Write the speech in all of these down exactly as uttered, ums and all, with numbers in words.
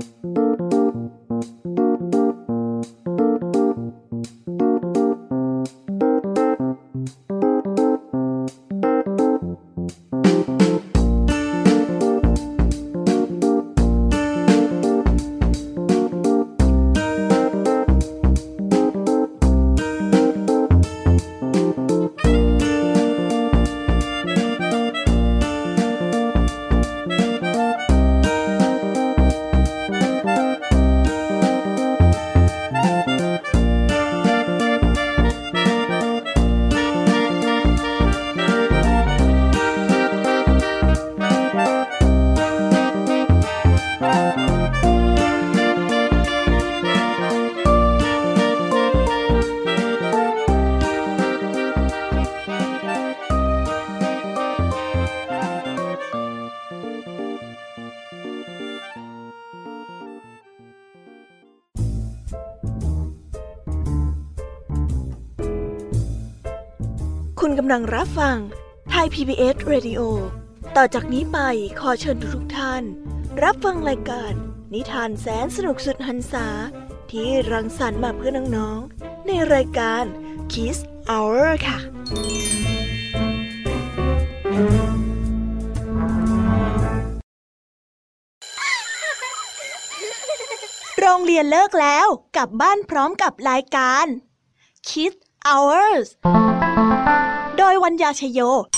คุณกำลังรับฟังไทย พี บี เอส Radio ต่อจากนี้ไปขอเชิญทุกท่านรับฟังรายการนิทานแสนสนุกสุดหรรษาที่รังสรรค์มาเพื่อน้องๆในรายการ Kids Hour ค่ะโรงเรียนเลิกแล้วกลับบ้านพร้อมกับรายการ Kids Hours โดยวัญญาชโย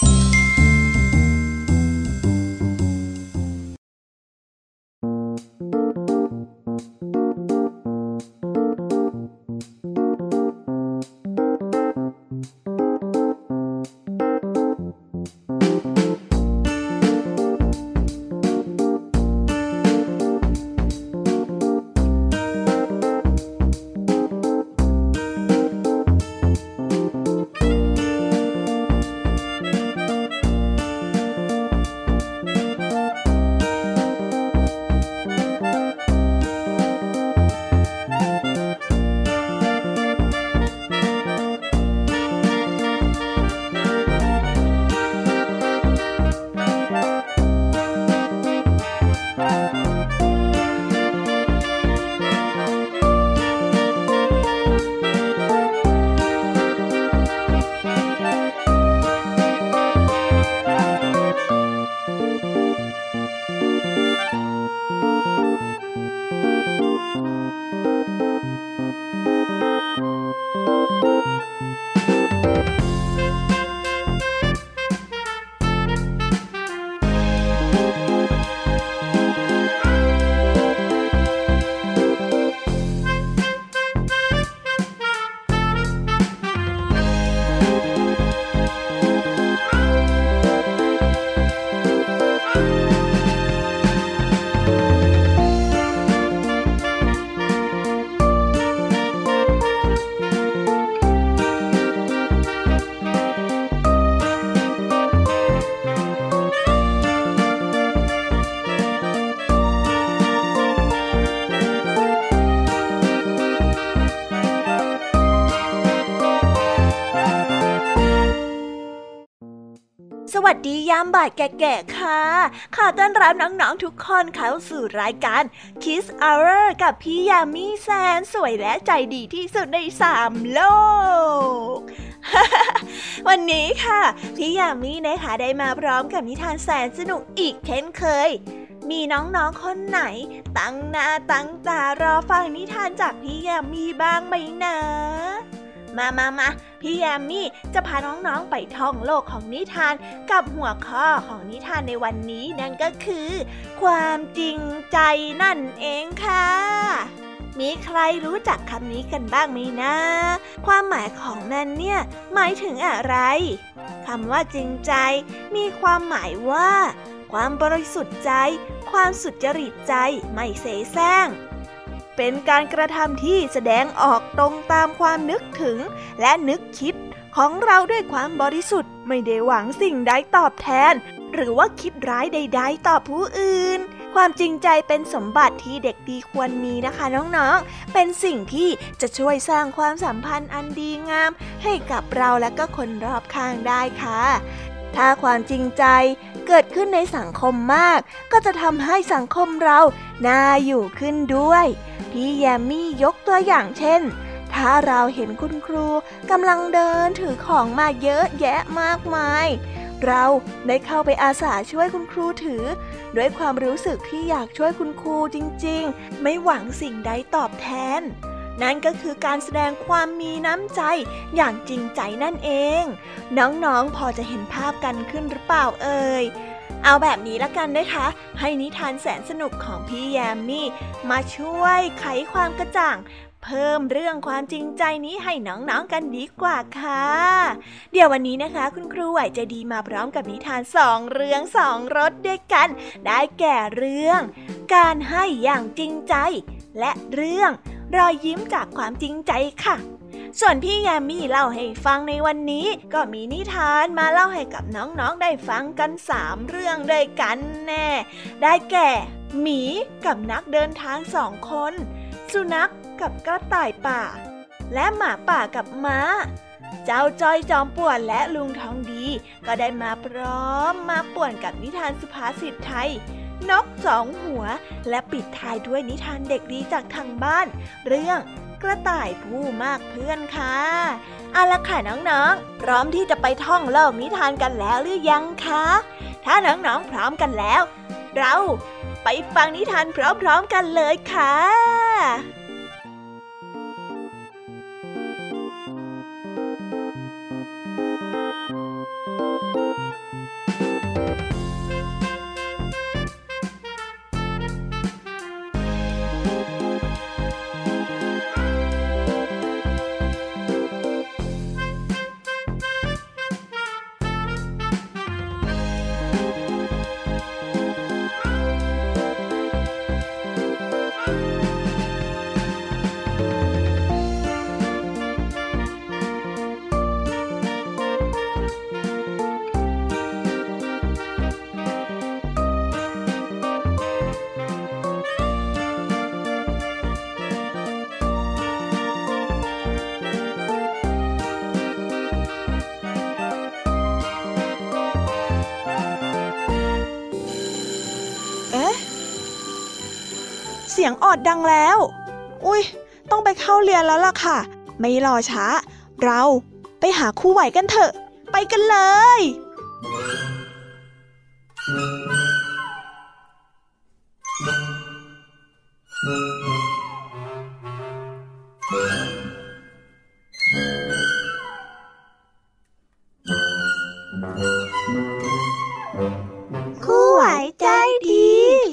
สวัสดียามบ่ายแก่ๆค่ะขอต้อนรับน้องๆทุกคนเข้าสู่รายการ Kids Hour กับพี่ยามีแสนสวยและใจดีที่สุดในสามโลก วันนี้ค่ะพี่ยามีนะคะได้มาพร้อมกับนิทานแสนสนุกอีกเช่นเคยมีน้องๆคนไหนตั้งหน้าตั้งตารอฟังนิทานจากพี่ยามีบ้างไหมนะมามามาพี่แยมมี่จะพาน้องๆไปท่องโลกของนิทานกับหัวข้อของนิทานในวันนี้นั่นก็คือความจริงใจนั่นเองค่ะมีใครรู้จักคำนี้กันบ้างไหมนะความหมายของมันเนี่ยหมายถึงอะไรคำว่าจริงใจมีความหมายว่าความบริสุทธิ์ใจความสุจริตใจไม่เสแสร้งเป็นการกระทำที่แสดงออกตรงตามความนึกถึงและนึกคิดของเราด้วยความบริสุทธิ์ไม่ได้หวังสิ่งใดตอบแทนหรือว่าคิดร้ายใดๆต่อผู้อื่นความจริงใจเป็นสมบัติที่เด็กดีควรมีนะคะน้องๆเป็นสิ่งที่จะช่วยสร้างความสัมพันธ์อันดีงามให้กับเราและก็คนรอบข้างได้ค่ะถ้าความจริงใจเกิดขึ้นในสังคมมากก็จะทำให้สังคมเราน่าอยู่ขึ้นด้วยพี่แยมมี่ยกตัวอย่างเช่นถ้าเราเห็นคุณครูกำลังเดินถือของมาเยอะแยะมากมายเราได้เข้าไปอาสาช่วยคุณครูถือด้วยความรู้สึกที่อยากช่วยคุณครูจริงๆไม่หวังสิ่งใดตอบแทนนั่นก็คือการแสดงความมีน้ำใจอย่างจริงใจนั่นเองน้องๆพอจะเห็นภาพกันขึ้นหรือเปล่าเอ่ยเอาแบบนี้ละกันนะคะให้นิทานแสนสนุกของพี่แยมมี่มาช่วยไขความกระจ่างเพิ่มเรื่องความจริงใจนี้ให้น้องๆกันดีกว่าค่ะเดี๋ยววันนี้นะคะคุณครูไหวใจดีมาพร้อมกับนิทานสองเรื่องสองรสด้วยกันได้แก่เรื่องการให้อย่างจริงใจและเรื่องรอยยิ้มจากความจริงใจค่ะส่วนพี่แยมมี่เล่าให้ฟังในวันนี้ก็มีนิทานมาเล่าให้กับน้องๆได้ฟังกันสามเรื่องด้วยกันแน่ได้แก่หมีกับนักเดินทางสองคนสุนัขกับกระต่ายป่าและหมาป่ากับม้าเจ้าจ้อยจอมป่วนและลุงทองดีก็ได้มาพร้อมมาป่วนกับนิทานสุภาษิตไทยนกสองหัวและปิดท้ายด้วยนิทานเด็กดีจากทางบ้านเรื่องกระต่ายผู้มากเพื่อนค่ะเอาล่ะค่ะน้องๆพร้อมที่จะไปท่องโลกนิทานกันแล้วหรือยังคะถ้าน้องๆพร้อมกันแล้วเราไปฟังนิทานพร้อมๆกันเลยค่ะเสียงออดดังแล้วอุ๊ยต้องไปเข้าเรียนแล้วล่ะค่ะไม่รอช้าเราไปหาครูไหวกันเถอะไปกันเลยครูไหวใจดี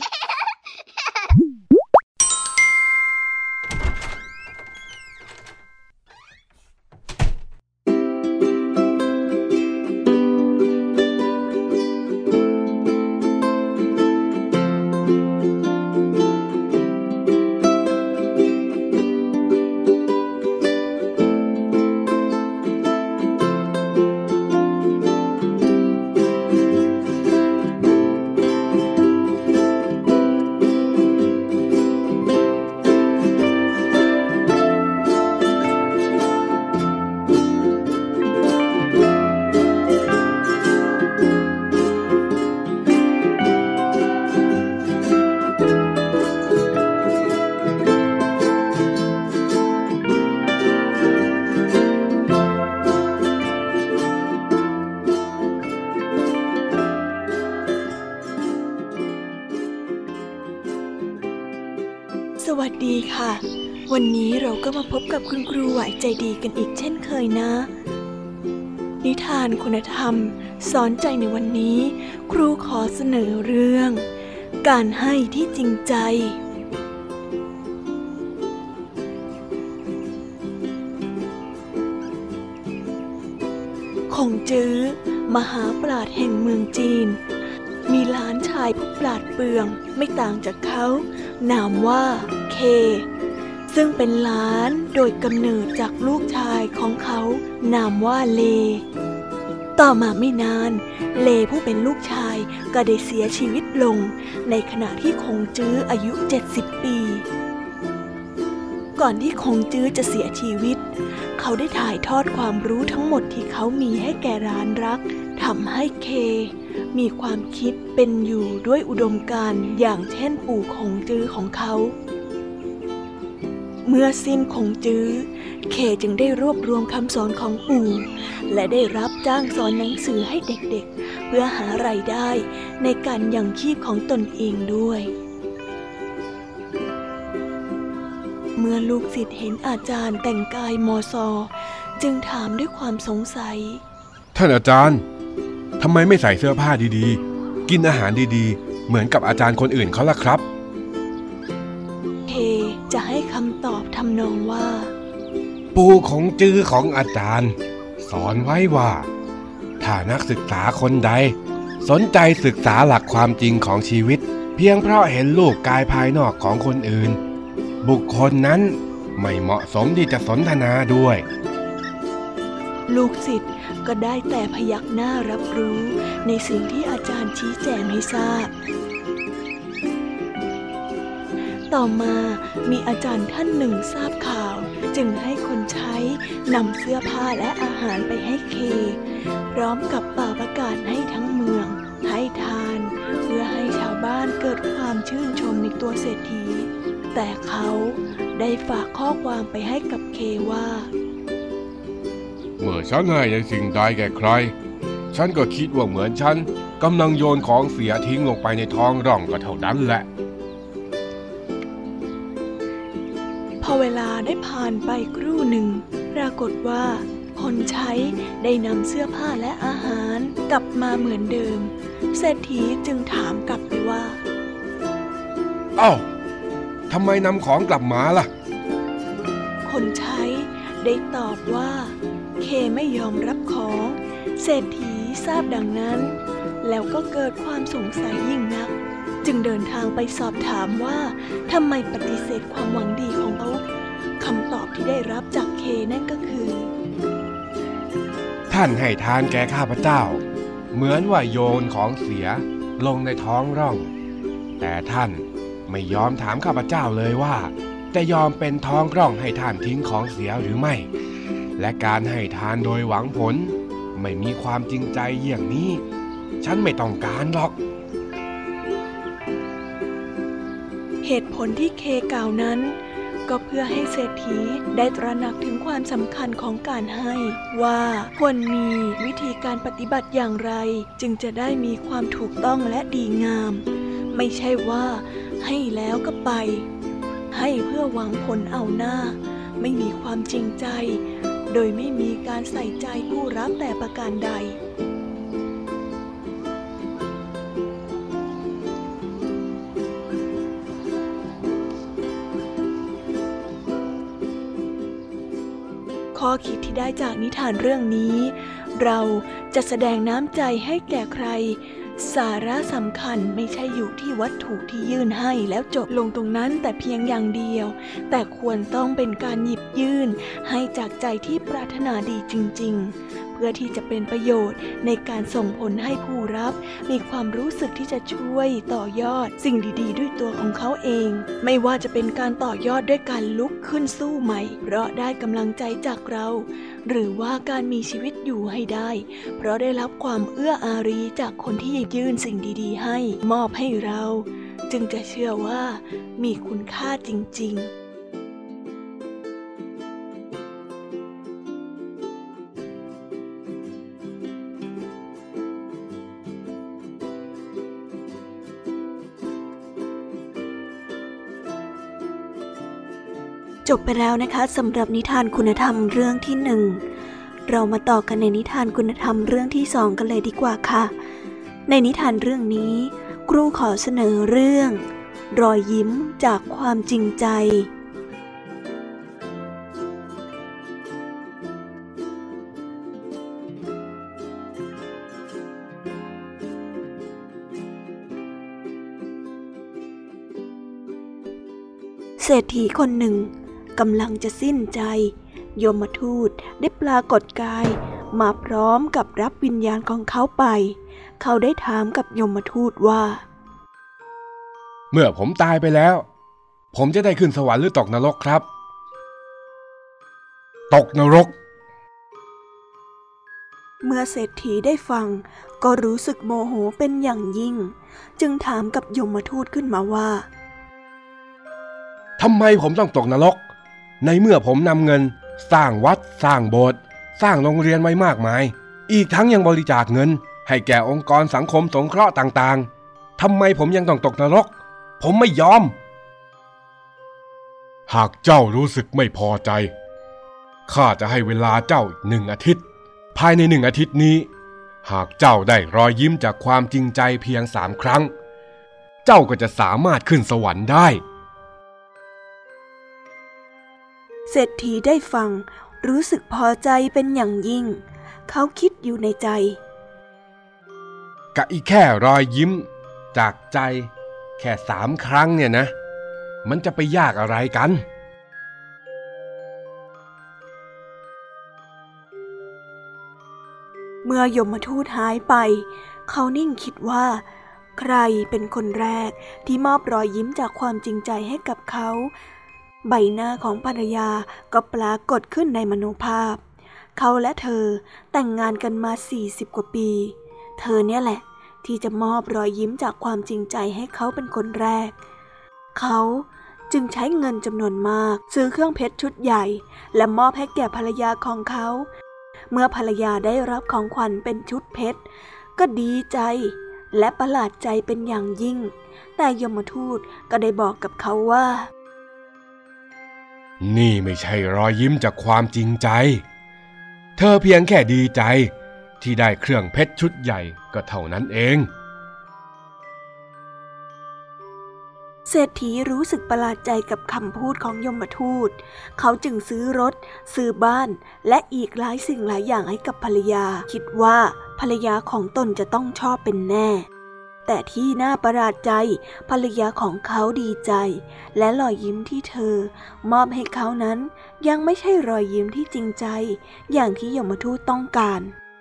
สวัสดีค่ะวันนี้เราก็มาพบกับคุณครูไหวใจดีกันอีกเช่นเคยนะนิทานคุณธรรมสอนใจในวันนี้ครูขอเสนอเรื่องการให้ที่จริงใจคงจื้อมหาปราชญ์แห่งเมืองจีนมีหลานชายผู้ปราดเปรื่องไม่ต่างจากเขานามว่าเคซึ่งเป็นหลานโดยกำเนิดจากลูกชายของเขานามว่าเลต่อมาไม่นานเลผู้เป็นลูกชายก็ได้เสียชีวิตลงในขณะที่คงจื้ออายุเจ็ดสิบปีก่อนที่คงจื้อจะเสียชีวิตเขาได้ถ่ายทอดความรู้ทั้งหมดที่เขามีให้แก่หลานรักทำให้เคมีความคิดเป็นอยู่ด้วยอุดมการณ์อย่างเช่นปู่คงจื้อของเขาเมื่อสิ้นคงจื้อเคจึงได้รวบรวมคำสอนของปู่และได้รับจ้างสอนหนังสือให้เด็กๆเพื่อหารายได้ในการยังชีพของตนเองด้วยเมื่อลูกศิษย์เห็นอาจารย์แต่งกายมอซอจึงถามด้วยความสงสัยท่านอาจารย์ทำไมไม่ใส่เสื้อผ้าดีๆกินอาหารดีๆเหมือนกับอาจารย์คนอื่นเขาล่ะครับเคจะให้คำตอบทำนองว่าปู่ของจื้อของอาจารย์สอนไว้ว่าถ้านักศึกษาคนใดสนใจศึกษาหลักความจริงของชีวิตเพียงเพราะเห็นรูปกายภายนอกของคนอื่นบุคคลนั้นไม่เหมาะสมที่จะสนทนาด้วยลูกศิษย์ก็ได้แต่พยักหน้ารับรู้ในสิ่งที่อาจารย์ชี้แจงให้ทราบต่อมามีอาจารย์ท่านหนึ่งทราบข่าวจึงให้คนใช้นำเสื้อผ้าและอาหารไปให้เคพร้อมกับเป่าประกาศให้ทั้งเมืองให้ทานเพื่อให้ชาวบ้านเกิดความชื่นชมในตัวเศรษฐีแต่เขาได้ฝากข้อความไปให้กับเคว่าเมื่อฉันให้ในสิ่งใดแก่ใครฉันก็คิดว่าเหมือนฉันกำลังโยนของเสียทิ้งลงไปในท้องร่องก็เท่านั้นแหละพอเวลาได้ผ่านไปครู่หนึ่งปรากฏว่าคนใช้ได้นำเสื้อผ้าและอาหารกลับมาเหมือนเดิมเศรษฐีจึงถามกลับไปว่าเอ้าทำไมนำของกลับมาล่ะคนใช้ได้ตอบว่าเคไม่ยอมรับของเศรษฐีทราบดังนั้นแล้วก็เกิดความสงสัยยิ่งนักจึงเดินทางไปสอบถามว่าทำไมปฏิเสธความหวังดีของเขาคำตอบที่ได้รับจากเคนั่นก็คือท่านให้ทานแก่ข้าพเจ้าเหมือนว่าโยนของเสียลงในท้องร่องแต่ท่านไม่ยอมถามข้าพเจ้าเลยว่าจะยอมเป็นท้องร่องให้ท่านทิ้งของเสียหรือไม่และการให้ทานโดยหวังผลไม่มีความจริงใจอย่างนี้ฉันไม่ต้องการหรอกเหตุผลที่เคกล่าวนั้นก็เพื่อให้เศรษฐีได้ตระหนักถึงความสำคัญของการให้ว่าควรมีวิธีการปฏิบัติอย่างไรจึงจะได้มีความถูกต้องและดีงามไม่ใช่ว่าให้แล้วก็ไปให้เพื่อหวังผลเอาหน้าไม่มีความจริงใจโดยไม่มีการใส่ใจผู้รับแต่ประการใดข้อคิดที่ได้จากนิทานเรื่องนี้เราจะแสดงน้ำใจให้แก่ใครสาระสำคัญไม่ใช่อยู่ที่วัตถุที่ยื่นให้แล้วจบลงตรงนั้นแต่เพียงอย่างเดียวแต่ควรต้องเป็นการหยิบยื่นให้จากใจที่ปรารถนาดีจริงๆเพื่อที่จะเป็นประโยชน์ในการส่งผลให้ผู้รับมีความรู้สึกที่จะช่วยต่อยอดสิ่งดีๆด้วยตัวของเขาเองไม่ว่าจะเป็นการต่อยอดด้วยการลุกขึ้นสู้ใหม่เพราะได้กำลังใจจากเราหรือว่าการมีชีวิตอยู่ให้ได้เพราะได้รับความเอื้ออารีจากคนที่ยื่นสิ่งดีๆให้มอบให้เราจึงจะเชื่อว่ามีคุณค่าจริงๆจบไปแล้วนะคะสำหรับนิทานคุณธรรมเรื่องที่หนึ่งเรามาต่อกันในนิทานคุณธรรมเรื่องที่สองกันเลยดีกว่าค่ะในนิทานเรื่องนี้ครูขอเสนอเรื่องรอยยิ้มจากความจริงใจเศรษฐีคนหนึ่งกำลังจะสิ้นใจยมทูตได้ปรากฏกายมาพร้อมกับรับวิญญาณของเขาไปเขาได้ถามกับยมทูตว่าเมื่อผมตายไปแล้วผมจะได้ขึ้นสวรรค์หรือตกนรกครับตกนรกเมื่อเศรษฐีได้ฟังก็รู้สึกโมโหเป็นอย่างยิ่งจึงถามกับยมทูตขึ้นมาว่าทำไมผมต้องตกนรกในเมื่อผมนำเงินสร้างวัดสร้างโบสถ์สร้างโรงเรียนไว้มากมายอีกทั้งยังบริจาคเงินให้แก่องค์กรสังคมสงเคราะห์ต่างๆทำไมผมยังต้องตกนรกผมไม่ยอมหากเจ้ารู้สึกไม่พอใจข้าจะให้เวลาเจ้าหนึ่งอาทิตย์ภายในหนึ่งอาทิตย์นี้หากเจ้าได้รอยยิ้มจากความจริงใจเพียงสามครั้งเจ้าก็จะสามารถขึ้นสวรรค์ได้เศรษฐีได้ฟังรู้สึกพอใจเป็นอย่างยิ่งเขาคิดอยู่ในใจกะอีแค่รอยยิ้มจากใจแค่สามครั้งเนี่ยนะมันจะไปยากอะไรกันเมื่อยมทูตหายไปเขานิ่งคิดว่าใครเป็นคนแรกที่มอบรอยยิ้มจากความจริงใจให้กับเขาใบหน้าของภรรยาก็ปรากฏขึ้นในมโนภาพเขาและเธอแต่งงานกันมาสี่สิบกว่าปีเธอเนี่ยแหละที่จะมอบรอยยิ้มจากความจริงใจให้เขาเป็นคนแรกเขาจึงใช้เงินจำนวนมากซื้อเครื่องเพชรชุดใหญ่และมอบให้แก่ภรรยาของเขาเมื่อภรรยาได้รับของขวัญเป็นชุดเพชรก็ดีใจและประหลาดใจเป็นอย่างยิ่งแต่ยมทูตก็ได้บอกกับเขาว่านี่ไม่ใช่รอยยิ้มจากความจริงใจเธอเพียงแค่ดีใจที่ได้เครื่องเพชรชุดใหญ่ก็เท่านั้นเองเศรษฐีรู้สึกประหลาดใจกับคำพูดของยมทูตเขาจึงซื้อรถซื้อบ้านและอีกหลายสิ่งหลายอย่างให้กับภรรยาคิดว่าภรรยาของตนจะต้องชอบเป็นแน่แต่ที่น่าประหลาดใจภรรยาของเขาดีใจและรอยยิ้มที่เธอมอบให้เขานั้นยังไม่ใช่รอยยิ้มที่จริงใจอย่างที่ยมทูตต้องการ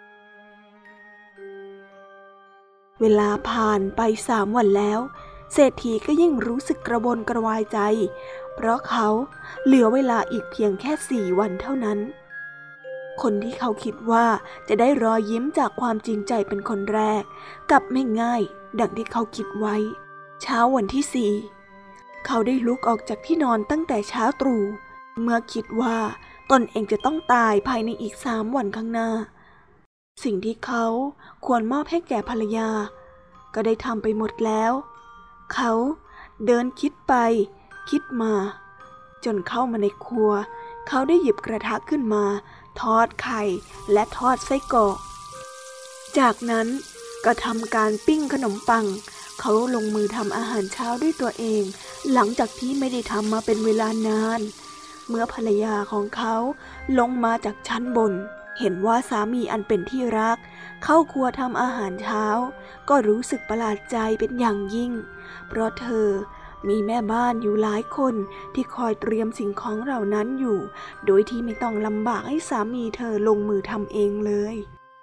เวลาผ่านไปสามวันแล้วเศรษฐีก็ยิ่งรู้สึกกระวนกระวายใจเพราะเขาเหลือเวลาอีกเพียงแค่สี่วันเท่านั้นคนที่เขาคิดว่าจะได้รอยยิ้มจากความจริงใจเป็นคนแรกกลับไม่ง่ายดังที่เขาคิดไว้เช้าวันที่สี่เขาได้ลุกออกจากที่นอนตั้งแต่เช้าตรู่เมื่อคิดว่าตนเองจะต้องตายภายในอีกสามวันข้างหน้าสิ่งที่เขาควรมอบให้แก่ภรรยาก็ได้ทำไปหมดแล้วเขาเดินคิดไปคิดมาจนเข้ามาในครัวเขาได้หยิบกระทะขึ้นมาทอดไข่และทอดไส้กรอกจากนั้นก็ทำการปิ้งขนมปังเขาลงมือทำอาหารเช้าด้วยตัวเองหลังจากที่ไม่ได้ทำมาเป็นเวลานานเมื่อภรรยาของเขาลงมาจากชั้นบนเห็นว่าสามีอันเป็นที่รักเข้าครัวทำอาหารเช้าก็รู้สึกประหลาดใจเป็นอย่างยิ่งเพราะเธอมีแม่บ้านอยู่หลายคนที่คอยเตรียมสิ่งของเหล่านั้นอยู่โดยที่ไม่ต้องลำบากให้สามีเธอลงมือทำเองเลย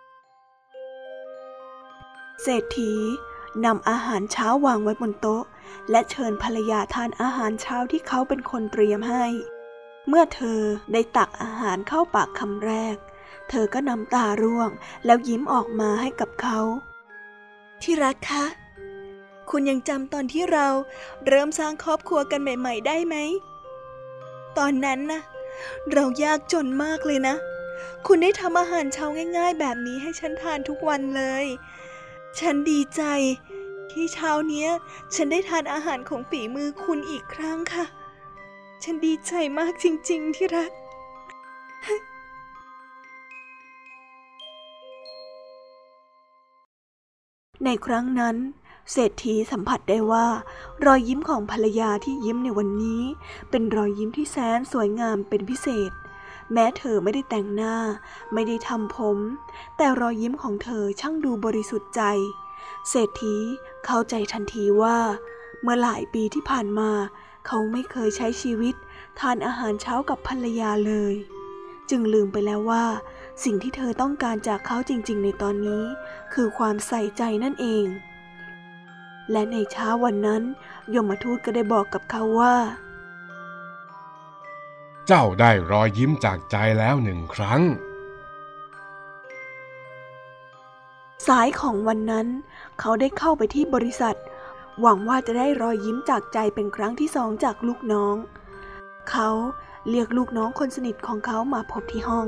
เศรษฐีนำอาหารเช้าวางไว้บนโต๊ะและเชิญภรรยาทานอาหารเช้าที่เขาเป็นคนเตรียมให้เมื่อเธอได้ตักอาหารเข้าปากคำแรกเธอก็น้ำตาร่วงแล้วยิ้มออกมาให้กับเขาที่รักคะคุณยังจำตอนที่เราเริ่มสร้างครอบครัวกันใหม่ๆได้ไหมตอนนั้นนะเรายากจนมากเลยนะคุณได้ทำอาหารเช้าง่ายๆแบบนี้ให้ฉันทานทุกวันเลยฉันดีใจที่เช้านี้ฉันได้ทานอาหารของฝีมือคุณอีกครั้งค่ะฉันดีใจมากจริงๆที่รักในครั้งนั้นเศรษฐีสัมผัสได้ว่ารอยยิ้มของภรรยาที่ยิ้มในวันนี้เป็นรอยยิ้มที่แสนสวยงามเป็นพิเศษแม้เธอไม่ได้แต่งหน้าไม่ได้ทำผมแต่รอยยิ้มของเธอช่างดูบริสุทธิ์ใจเศรษฐีเข้าใจทันทีว่าเมื่อหลายปีที่ผ่านมาเขาไม่เคยใช้ชีวิตทานอาหารเช้ากับภรรยาเลยจึงลืมไปแล้วว่าสิ่งที่เธอต้องการจากเขาจริงๆในตอนนี้คือความใส่ใจนั่นเองและในเช้าวันนั้นยมทูตก็ได้บอกกับเขาว่าเจ้าได้รอยยิ้มจากใจแล้วหนึ่งครั้งสายของวันนั้นเขาได้เข้าไปที่บริษัทหวังว่าจะได้รอยยิ้มจากใจเป็นครั้งที่สองจากลูกน้องเขาเรียกลูกน้องคนสนิทของเขามาพบที่ห้อง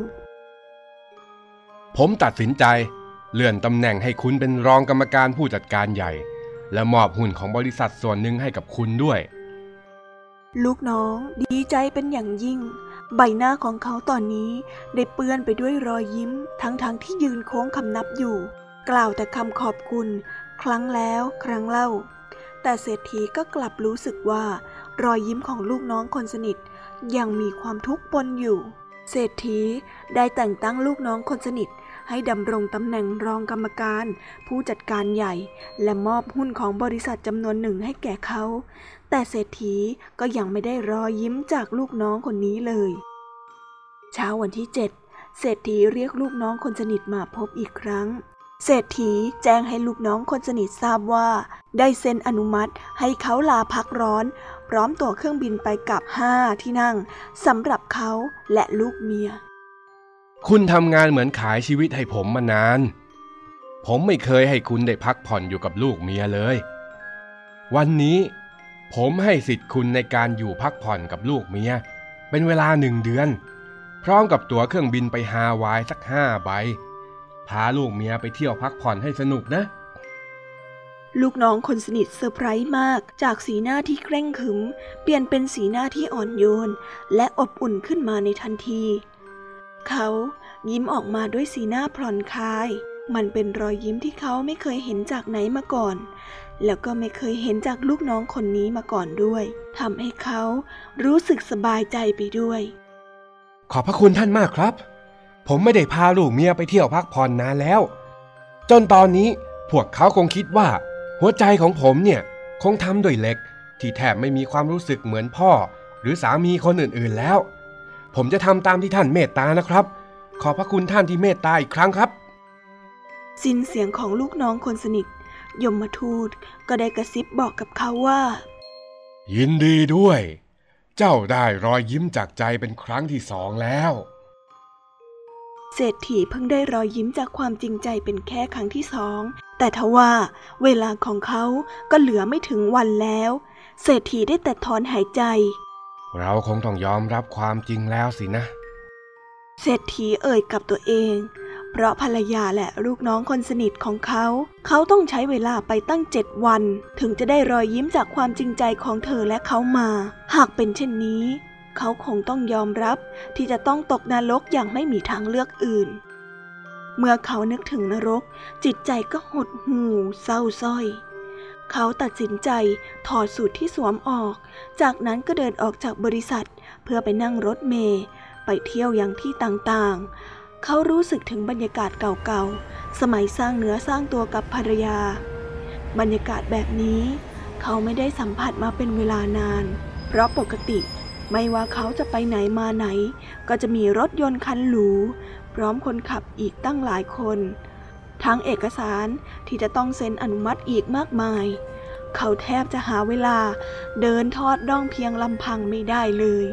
ผมตัดสินใจเลื่อนตำแหน่งให้คุณเป็นรองกรรมการผู้จัดการใหญ่และมอบหุ้นของบริษัทส่วนหนึ่งให้กับคุณด้วยลูกน้องดีใจเป็นอย่างยิ่งใบหน้าของเขาตอนนี้ได้เปื้อนไปด้วยรอยยิ้มทั้งๆ ท, ที่ยืนโค้งคำนับอยู่กล่าวแต่คำขอบคุณครั้งแล้วครั้งเล่าแต่เศรษฐีก็กลับรู้สึกว่ารอยยิ้มของลูกน้องคนสนิทยังมีความทุกข์ปนอยู่เศรษฐีได้แต่งตั้งลูกน้องคนสนิทให้ดำรงตำแหน่งรองกรรมการผู้จัดการใหญ่และมอบหุ้นของบริษัทจำนวนหนึ่งให้แก่เขาแต่เศรษฐีก็ยังไม่ได้รอยยิ้มจากลูกน้องคนนี้เลยเช้าวันที่เจ็ดเศรษฐีเรียกลูกน้องคนสนิทมาพบอีกครั้งเศรษฐีแจ้งให้ลูกน้องคนสนิททราบว่าได้เซ็นอนุมัติให้เขาลาพักร้อนพร้อมตั๋วเครื่องบินไปกลับห้าที่นั่งสำหรับเขาและลูกเมียคุณทำงานเหมือนขายชีวิตให้ผมมานานผมไม่เคยให้คุณได้พักผ่อนอยู่กับลูกเมียเลยวันนี้ผมให้สิทธิ์คุณในการอยู่พักผ่อนกับลูกเมียเป็นเวลาหนึ่งเดือนพร้อมกับตั๋วเครื่องบินไปฮาวายสักห้าใบพาลูกเมียไปเที่ยวพักผ่อนให้สนุกนะลูกน้องคนสนิทเซอร์ไพรส์มากจากสีหน้าที่เคร่งขรึมเปลี่ยนเป็นสีหน้าที่อ่อนโยนและอบอุ่นขึ้นมาในทันทีเขายิ้มออกมาด้วยสีหน้าผ่อนคลายมันเป็นรอยยิ้มที่เขาไม่เคยเห็นจากไหนมาก่อนแล้วก็ไม่เคยเห็นจากลูกน้องคนนี้มาก่อนด้วยทำให้เขารู้สึกสบายใจไปด้วยขอบพระคุณท่านมากครับผมไม่ได้พาลูกเมียไปเที่ยวพักผ่อนนานแล้วจนตอนนี้พวกเขาคงคิดว่าหัวใจของผมเนี่ยคงทำด้วยเหล็กที่แทบไม่มีความรู้สึกเหมือนพ่อหรือสามีคนอื่นๆแล้วผมจะทำตามที่ท่านเมตตานะครับขอบพระคุณท่านที่เมตตาอีกครั้งครับสิ้นเสียงของลูกน้องคนสนิทยมทูตก็ได้กระซิบบอกกับเขาว่ายินดีด้วยเจ้าได้รอยยิ้มจากใจเป็นครั้งที่สองแล้วเศรษฐีเพิ่งได้รอยยิ้มจากความจริงใจเป็นแค่ครั้งที่สองแต่ทว่าเวลาของเขาก็เหลือไม่ถึงวันแล้วเศรษฐีได้แต่ถอนหายใจเราคงต้องยอมรับความจริงแล้วสินะเศรษฐีเอ่ยกับตัวเองเพราะภรรยาและลูกน้องคนสนิทของเขาเขาต้องใช้เวลาไปตั้งเจ็ดวันถึงจะได้รอยยิ้มจากความจริงใจของเธอและเขามาหากเป็นเช่นนี้เขาคงต้องยอมรับที่จะต้องตกนรกอย่างไม่มีทางเลือกอื่นเมื่อเขานึกถึงนรกจิตใจก็หดหู่เศร้าส้อยเขาตัดสินใจถอดสูทที่สวมออกจากนั้นก็เดินออกจากบริษัทเพื่อไปนั่งรถเมล์ไปเที่ยวยังที่ต่างๆเขารู้สึกถึงบรรยากาศเก่าๆสมัยสร้างเนื้อสร้างตัวกับภรรยาบรรยากาศแบบนี้เขาไม่ได้สัมผัสมาเป็นเวลานานเพราะปกติไม่ว่าเขาจะไปไหนมาไหนก็จะมีรถยนต์คันหรูพร้อมคนขับอีกตั้งหลายคนทั้งเอกสารที่จะต้องเซ็นอนุมัติอีกมากมายเขาแทบจะหาเวลาเดินทอดน่องเพียงลำพังไม่ได้เลย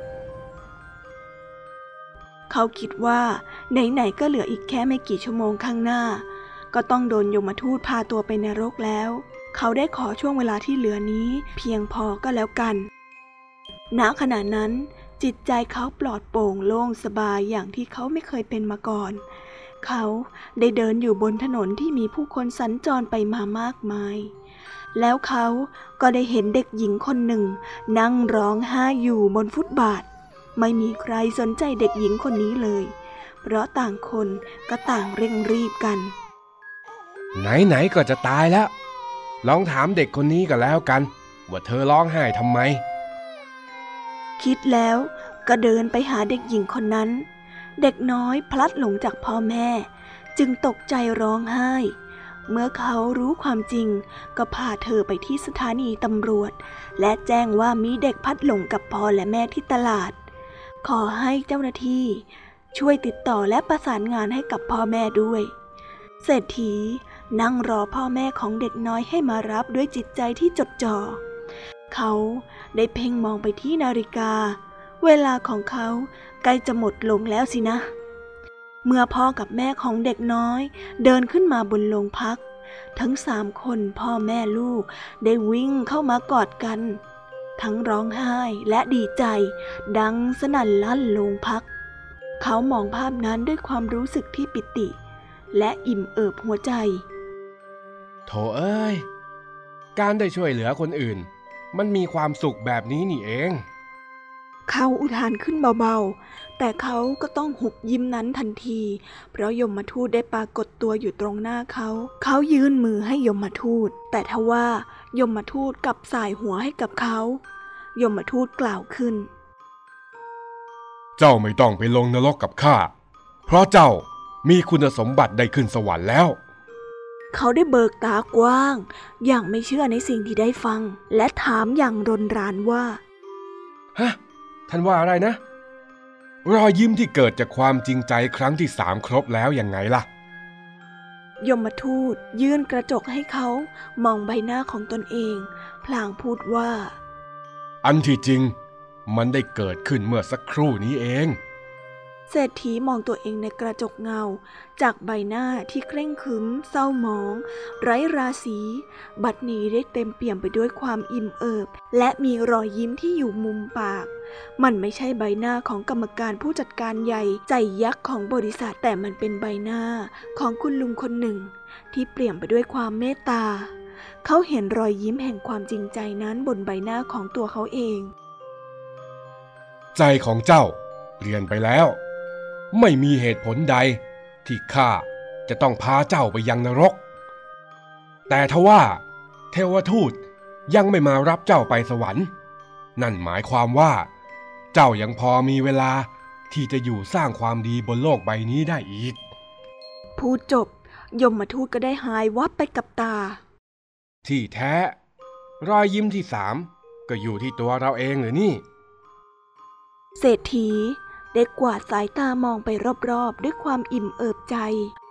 เขาคิดว่าไหนๆก็เหลืออีกแค่ไม่กี่ชั่วโมงข้างหน้าก็ต้องโดนยมทูตพาตัวไปนรกแล้วเขาได้ขอช่วงเวลาที่เหลือนี้เพียงพอก็แล้วกันณขณะนั้นจิตใจเขาปลอดโปร่งโล่งสบายอย่างที่เขาไม่เคยเป็นมาก่อนเขาได้เดินอยู่บนถนนที่มีผู้คนสัญจรไปมามากมายแล้วเขาก็ได้เห็นเด็กหญิงคนหนึ่งนั่งร้องไห้อยู่บนฟุตบาทไม่มีใครสนใจเด็กหญิงคนนี้เลยเพราะต่างคนก็ต่างเร่งรีบกันไหนๆก็จะตายแล้วลองถามเด็กคนนี้ก็แล้วกันว่าเธอร้องไห้ทำไมคิดแล้วก็เดินไปหาเด็กหญิงคนนั้นเด็กน้อยพลัดหลงจากพ่อแม่จึงตกใจร้องไห้เมื่อเขารู้ความจริงก็พาเธอไปที่สถานีตำรวจและแจ้งว่ามีเด็กพลัดหลงกับพ่อและแม่ที่ตลาดขอให้เจ้าหน้าที่ช่วยติดต่อและประสานงานให้กับพ่อแม่ด้วยเศรษฐีนั่งรอพ่อแม่ของเด็กน้อยให้มารับด้วยจิตใจที่จดจ่อเขาได้เพ่งมองไปที่นาฬิกาเวลาของเขาใกล้จะหมดลงแล้วสินะเมื่อพ่อกับแม่ของเด็กน้อยเดินขึ้นมาบนโรงพักทั้งสามคนพ่อแม่ลูกได้วิ่งเข้ามากอดกันทั้งร้องไห้และดีใจดังสนั่นลั่นโรงพักเขามองภาพนั้นด้วยความรู้สึกที่ปิติและอิ่มเอิบหัวใจโถเอ้ยการได้ช่วยเหลือคนอื่นมันมีความสุขแบบนี้นี่เองเขาอุทานขึ้นเบาๆแต่เขาก็ต้องหุบยิ้มนั้นทันทีเพราะยมทูตได้ปรากฏตัวอยู่ตรงหน้าเขาเขายื่นมือให้ยมทูตแต่ทว่ายมทูตกลับส่ายหัวให้กับเขายมทูตกล่าวขึ้นเจ้าไม่ต้องไปลงนรกกับข้าเพราะเจ้ามีคุณสมบัติได้ขึ้นสวรรค์แล้วเขาได้เบิกตากว้างอย่างไม่เชื่อในสิ่งที่ได้ฟังและถามอย่างรนรานว่าฮะท่านว่าอะไรนะรอยยิ้มที่เกิดจากความจริงใจครั้งที่สามครบแล้วยังไงล่ะยมทูตยื่นกระจกให้เขามองใบหน้าของตนเองพลางพูดว่าอันที่จริงมันได้เกิดขึ้นเมื่อสักครู่นี้เองเศรษฐีมองตัวเองในกระจกเงาจากใบหน้าที่เคร่งขรึมเศร้าหมองไร้ราศีบัดนี้ได้เต็มเปี่ยมไปด้วยความอิ่มเอิบและมีรอยยิ้มที่อยู่มุมปากมันไม่ใช่ใบหน้าของกรรมการผู้จัดการใหญ่ใจยักษ์ของบริษัทแต่มันเป็นใบหน้าของคุณลุงคนหนึ่งที่เปลี่ยนไปด้วยความเมตตาเขาเห็นรอยยิ้มแห่งความจริงใจนั้นบนใบหน้าของตัวเขาเองใจของเจ้าเปลี่ยนไปแล้วไม่มีเหตุผลใดที่ข้าจะต้องพาเจ้าไปยังนรกแต่ทว่าเทวทูตยังไม่มารับเจ้าไปสวรรค์นั่นหมายความว่าเจ้ายังพอมีเวลาที่จะอยู่สร้างความดีบนโลกใบนี้ได้อีกพูดจบยมทูตก็ได้หายวับไปกับตาที่แท้รอยยิ้มที่สามก็อยู่ที่ตัวเราเองหรือนี่เศรษฐีได้กวาดสายตามองไปรอบๆด้วยความอิ่มเอิบใจ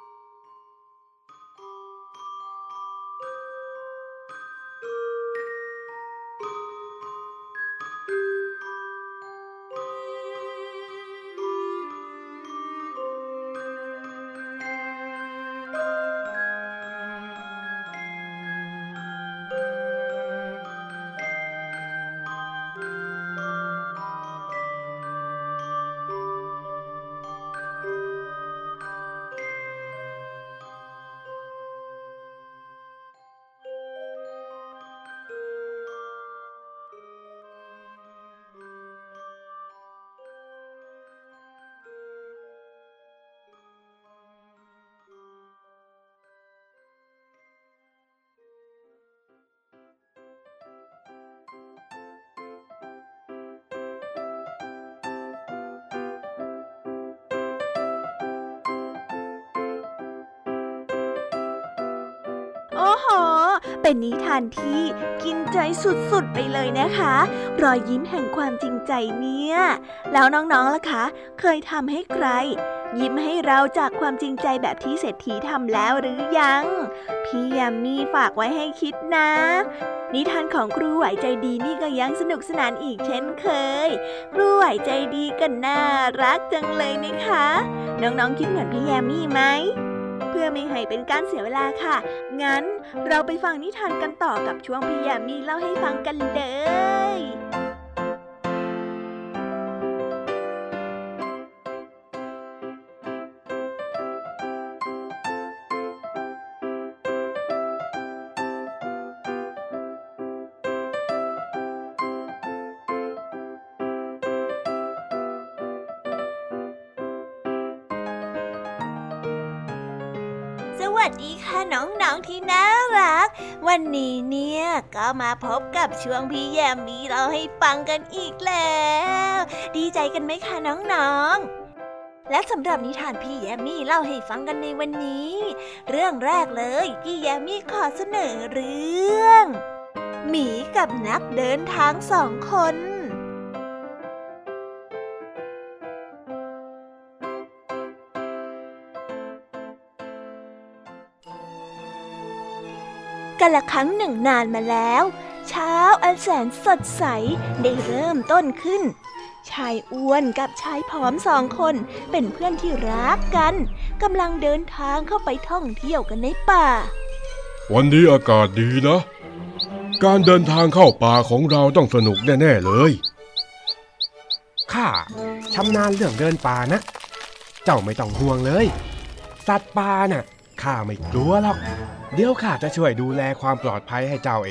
โอ้โหเป็นนิทานที่กินใจสุดๆไปเลยนะคะรอยยิ้มแห่งความจริงใจเนี่ยแล้วน้องๆล่ะคะเคยทำให้ใครยิ้มให้เราจากความจริงใจแบบที่เศรษฐีทำแล้วหรือยังพี่ยามีฝากไว้ให้คิดนะนิทานของครูไหวใจดีนี่ก็ยังสนุกสนานอีกเช่นเคยครูไหวใจดีก็น่ารักจังเลยนะคะน้องๆคิดเหมือนพี่ยามีไหมเพื่อไม่ให้เป็นการเสียเวลาค่ะงั้นเราไปฟังนิทานกันต่อกับช่วงพี่ยามีเล่าให้ฟังกันเลยสวัสดีค่ะน้องๆที่น่ารักวันนี้เนี่ยก็มาพบกับช่วงพี่แยมมีเราให้ฟังกันอีกแล้วดีใจกันไหมคะน้องๆและสำหรับนิทานพี่แยมมี่เล่าให้ฟังกันในวันนี้เรื่องแรกเลยพี่แยมมี่ขอเสนอเรื่องหมีกับนักเดินทางสองคนกาลครั้งหนึ่งนานมาแล้วเช้าอันแสนสดใสได้เริ่มต้นขึ้นชายอ้วนกับชายผอมสองคนเป็นเพื่อนที่รักกันกำลังเดินทางเข้าไปท่องเที่ยวกันในป่าวันนี้อากาศดีนะการเดินทางเข้าป่าของเราต้องสนุกแน่ๆเลยข้าชำนาญเรื่องเดินป่านะเจ้าไม่ต้องห่วงเลยสัตว์ป่าน่ะข้าไม่กลัวหรอกเดี๋ยวข้าจะช่วยดูแลความปลอดภัยให้เจ้าเอง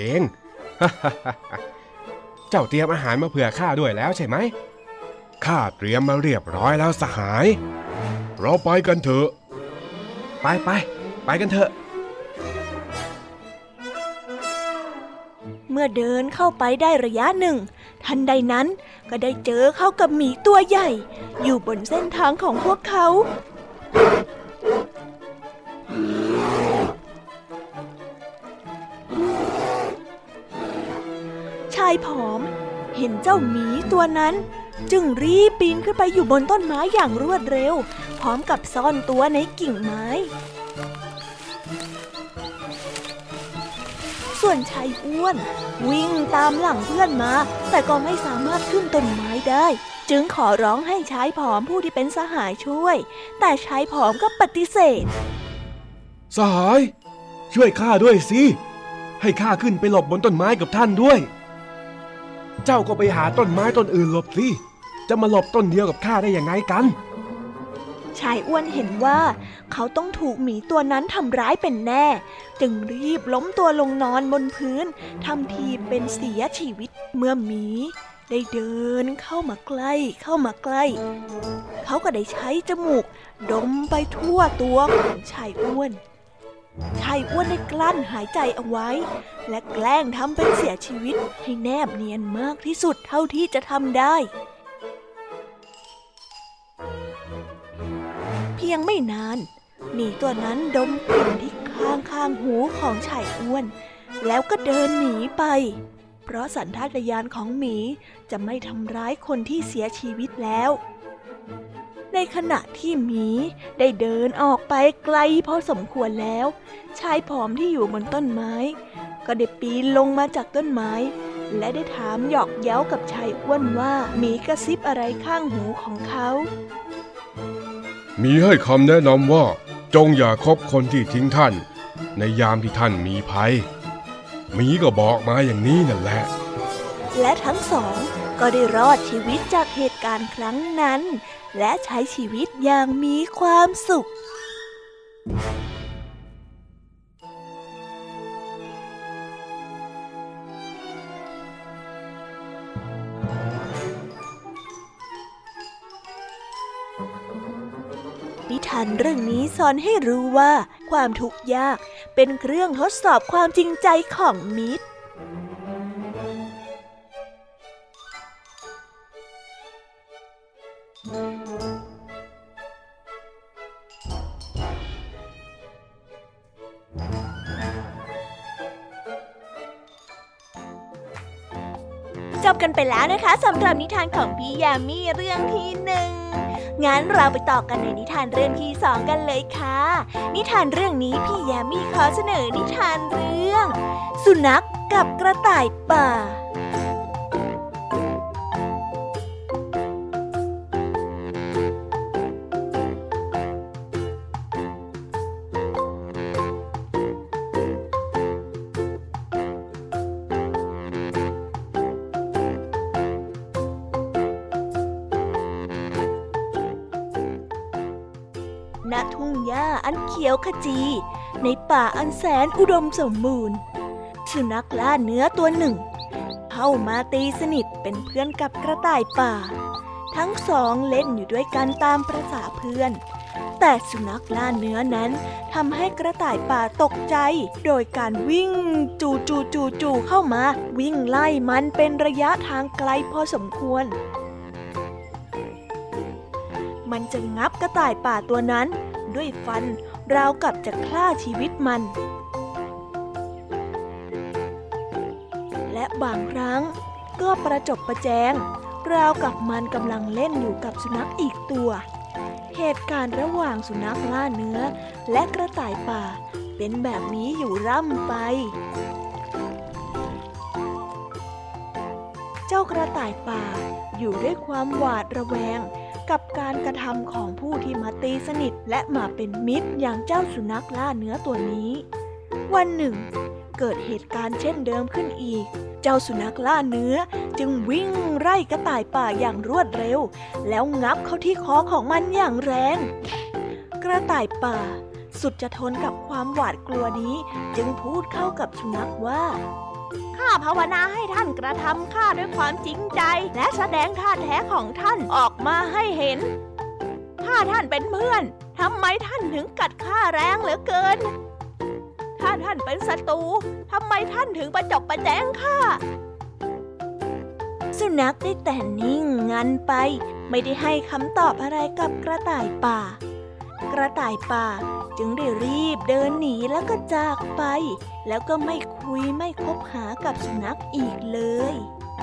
เจ้าเตรียมอาหารมาเผื่อข้าด้วยแล้วใช่ไหมข้าเตรียมมาเรียบร้อยแล้วสหายเราไปกันเถอะไปไปไปกันเถอะเมื่อเดินเข้าไปได้ระยะหนึ่งทันใดนั้นก็ได้เจอเข้ากับหมีตัวใหญ่อยู่บนเส้นทางของพวกเขาชายผอมเห็นเจ้าหมีตัวนั้นจึงรีบปีนขึ้นไปอยู่บนต้นไม้อย่างรวดเร็วพร้อมกับซ่อนตัวในกิ่งไม้ส่วนชายอ้วนวิ่งตามหลังเพื่อนมาแต่ก็ไม่สามารถขึ้นต้นไม้ได้จึงขอร้องให้ชายผอมผู้ที่เป็นสหายช่วยแต่ชายผอมก็ปฏิเสธสหายช่วยข้าด้วยสิให้ข้าขึ้นไปหลบบนต้นไม้กับท่านด้วยเจ้าก็ไปหาต้นไม้ต้นอื่นหลบสิจะมาหลบต้นเดียวกับข้าได้ยังไงกันชายอ้วนเห็นว่าเขาต้องถูกหมีตัวนั้นทำร้ายเป็นแน่จึงรีบล้มตัวลงนอนบนพื้นทำทีเป็นเสียชีวิตเมื่อหมีได้เดินเข้ามาใกล้เข้ามาใกล้เขาก็ได้ใช้จมูกดมไปทั่วตัวของชายอ้วนชายอ้วนได้กลั้นหายใจเอาไว้และแกล้งทำเป็นเสียชีวิตให้แนบเนียนมากที่สุดเท่าที่จะทำได้เพียงไม่นานหมีตัวนั้นดมกลิ่นที่ข้างข้างหูของชายอ้วนแล้วก็เดินหนีไปเพราะสัญชาตญาณของหมีจะไม่ทำร้ายคนที่เสียชีวิตแล้วในขณะที่หมีได้เดินออกไปไกลพอสมควรแล้วชายผอมที่อยู่บนต้นไม้ก็ได้ปีนลงมาจากต้นไม้และได้ถามหยอกเย้ากับชายอ้วนว่าหมีกระซิบอะไรข้างหูของเขามีให้คำแนะนำว่าจงอย่าคบคนที่ทิ้งท่านในยามที่ท่านมีภัยหมีก็บอกมาอย่างนี้นั่นแหละและทั้งสองก็ได้รอดชีวิตจากเหตุการณ์ครั้งนั้นและใช้ชีวิตอย่างมีความสุขนิทานเรื่องนี้สอนให้รู้ว่าความทุกข์ยากเป็นเครื่องทดสอบความจริงใจของมิตรจบกันไปแล้วนะคะสำหรับนิทานของพี่ยามีเรื่องที่หนึ่งงั้นเราไปต่อกันในนิทานเรื่องที่สองกันเลยค่ะนิทานเรื่องนี้พี่ยามีขอเสนอนิทานเรื่องสุนัขกับกระต่ายป่าณทุ่งหญ้าอันเขียวขจีในป่าอันแสนอุดมสมบูรณ์สุนัขล่าเนื้อตัวหนึ่งเข้ามาตีสนิทเป็นเพื่อนกับกระต่ายป่าทั้งสองเล่นอยู่ด้วยกันตามประสาเพื่อนแต่สุนัขล่าเนื้อนั้นทำให้กระต่ายป่าตกใจโดยการวิ่งจู่จู่จู่จู่เข้ามาวิ่งไล่มันเป็นระยะทางไกลพอสมควรมันจะงับกระต่ายป่าตัวนั้นด้วยฟันราวกับจะฆ่าชีวิตมันและบางครั้งก็ประจบประแจงราวกับมันกำลังเล่นอยู่กับสุนัขอีกตัวเหตุการณ์ระหว่างสุนัขล่าเนื้อและกระต่ายป่าเป็นแบบนี้อยู่ร่ำไปเจ้ากระต่ายป่าอยู่ด้วยความหวาดระแวงกับการกระทำของผู้ที่มาตีสนิทและมาเป็นมิตรอย่างเจ้าสุนัขล่าเนื้อตัวนี้วันหนึ่งเกิดเหตุการณ์เช่นเดิมขึ้นอีกเจ้าสุนัขล่าเนื้อจึงวิ่งไล่กระต่ายป่าอย่างรวดเร็วแล้วงับเข้าที่คอของมันอย่างแรงกระต่ายป่าสุดจะทนกับความหวาดกลัวนี้จึงพูดเข้ากับสุนัขว่าข้าภาวนาให้ท่านกระทำข้าด้วยความจริงใจและแสดงท่าแท้ของท่านออกมาให้เห็นถ้าท่านเป็นเพื่อนทำไมท่านถึงกัดข้าแรงเหลือเกินถ้าท่านเป็นศัตรูทำไมท่านถึงประจบประแจงข้าสุนัขได้แต่นิ่งงันไปไม่ได้ให้คำตอบอะไรกับกระต่ายป่ากระต่ายป่าจึงได้รีบเดินหนีแล้วก็จากไปแล้วก็ไม่คุยไม่คบหากับสุนัขอีกเลย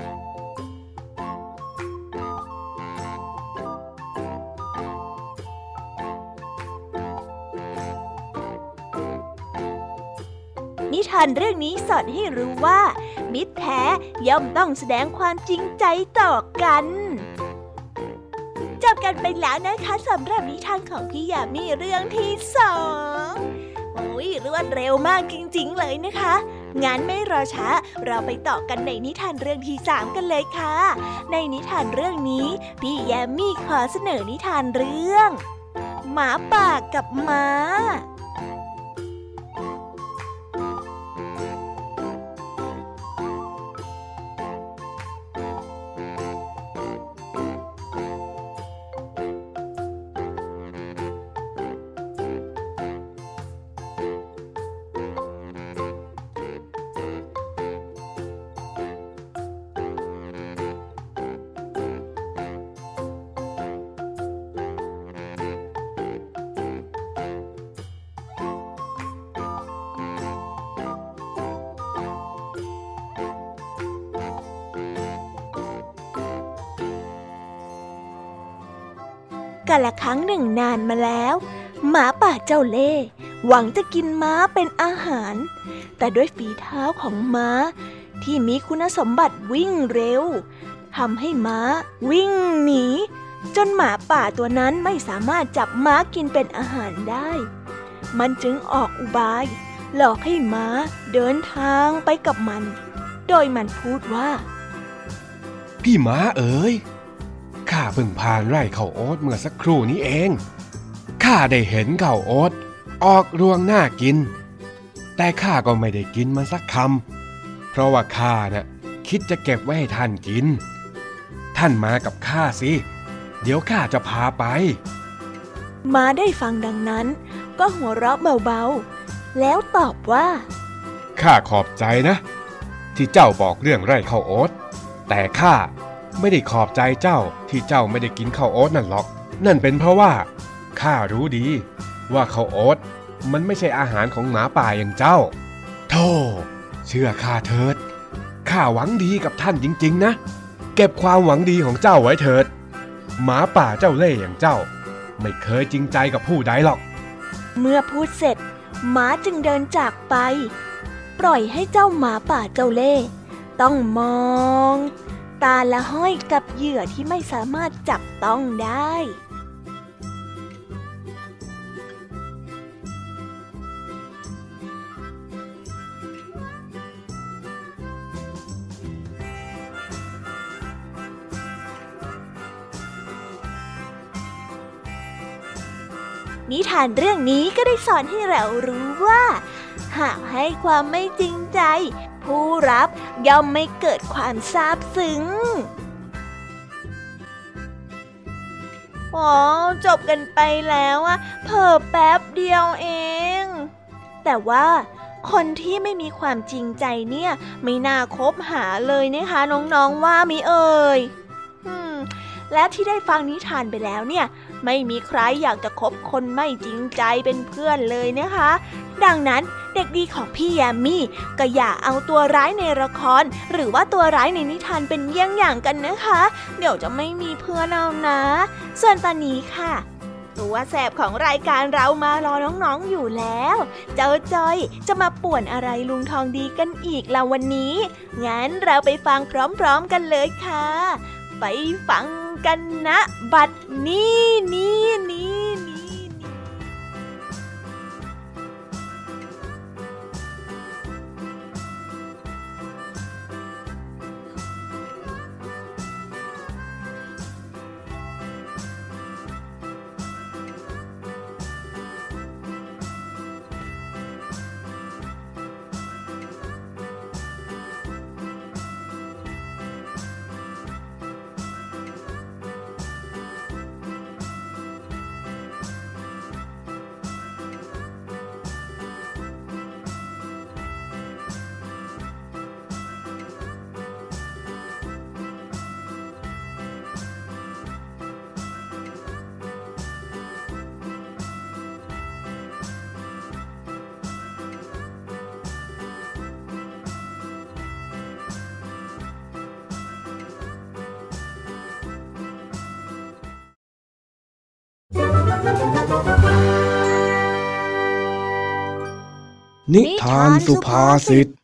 นิทานเรื่องนี้สอนให้รู้ว่ามิตรแท้ย่อมต้องแสดงความจริงใจต่อกันจบกันไปแล้วนะคะสำหรับนิทานของพี่ยามีเรื่องที่สองโอ้ยรวดเร็วมากจริงๆเลยนะคะงั้นไม่รอช้าเราไปต่อกันในนิทานเรื่องที่สามกันเลยค่ะในนิทานเรื่องนี้พี่ยามีขอเสนอนิทานเรื่องหมาป่ากับม้ากาลครั้งหนึ่งนานมาแล้วหมาป่าเจ้าเล่ห์หวังจะกินม้าเป็นอาหารแต่ด้วยฝีเท้าของม้าที่มีคุณสมบัติวิ่งเร็วทำให้ม้าวิ่งหนีจนหมาป่าตัวนั้นไม่สามารถจับม้ากินเป็นอาหารได้มันจึงออกอุบายหลอกให้ม้าเดินทางไปกับมันโดยมันพูดว่าพี่ม้าเอ๋ยข้าเพิ่งผ่านไร่ข้าวโอ๊ตเมื่อสักครู่นี้เองข้าได้เห็นข้าวโอ๊ตออกรวงน่ากินแต่ข้าก็ไม่ได้กินมันสักคำเพราะว่าข้าน่ะคิดจะเก็บไว้ให้ท่านกินท่านมากับข้าสิเดี๋ยวข้าจะพาไปม้าได้ฟังดังนั้นก็หัวเราะเบาๆแล้วตอบว่าข้าขอบใจนะที่เจ้าบอกเรื่องไร่ข้าวโอ๊ตแต่ข้าไม่ได้ขอบใจเจ้าที่เจ้าไม่ได้กินข้าวโอ๊ตนั่นหรอกนั่นเป็นเพราะว่าข้ารู้ดีว่าข้าวโอ๊ตมันไม่ใช่อาหารของหมาป่าอย่างเจ้าโธ่เชื่อข้าเถิดข้าหวังดีกับท่านจริงๆนะเก็บความหวังดีของเจ้าไว้เถิดหมาป่าเจ้าเล่ห์อย่างเจ้าไม่เคยจริงใจกับผู้ใดหรอกเมื่อพูดเสร็จม้าจึงเดินจากไปปล่อยให้เจ้าหมาป่าเจ้าเล่ห์ต้องมองตาละห้อยกับเหยื่อที่ไม่สามารถจับต้องได้นิทานเรื่องนี้ก็ได้สอนให้เรารู้ว่าหากให้ความไม่จริงใจผู้รับย่อมไม่เกิดความซาบซึ้งอ๋อจบกันไปแล้วอะเผลอแป๊บเดียวเองแต่ว่าคนที่ไม่มีความจริงใจเนี่ยไม่น่าคบหาเลยนะคะน้องๆว่ามิเอ่ยอืมและที่ได้ฟังนิทานไปแล้วเนี่ยไม่มีใครอยากจะคบคนไม่จริงใจเป็นเพื่อนเลยนะคะดังนั้นเด็กดีของพี่แยมมี่ก็อย่าเอาตัวร้ายในละครหรือว่าตัวร้ายในนิทานเป็นเยี่ยงอย่างกันนะคะเดี๋ยวจะไม่มีเพื่อนเอานะส่วนตอนนี้ค่ะตัวแสบของรายการเรามารอน้องๆอยู่แล้วเจ้าจ้อยจะมาป่วนอะไรลุงทองดีกันอีกล่ะวันนี้งั้นเราไปฟังพร้อมๆกันเลยค่ะไปฟังกันนะบัดนี้นี้นี้นี้นิทานสุภาษิต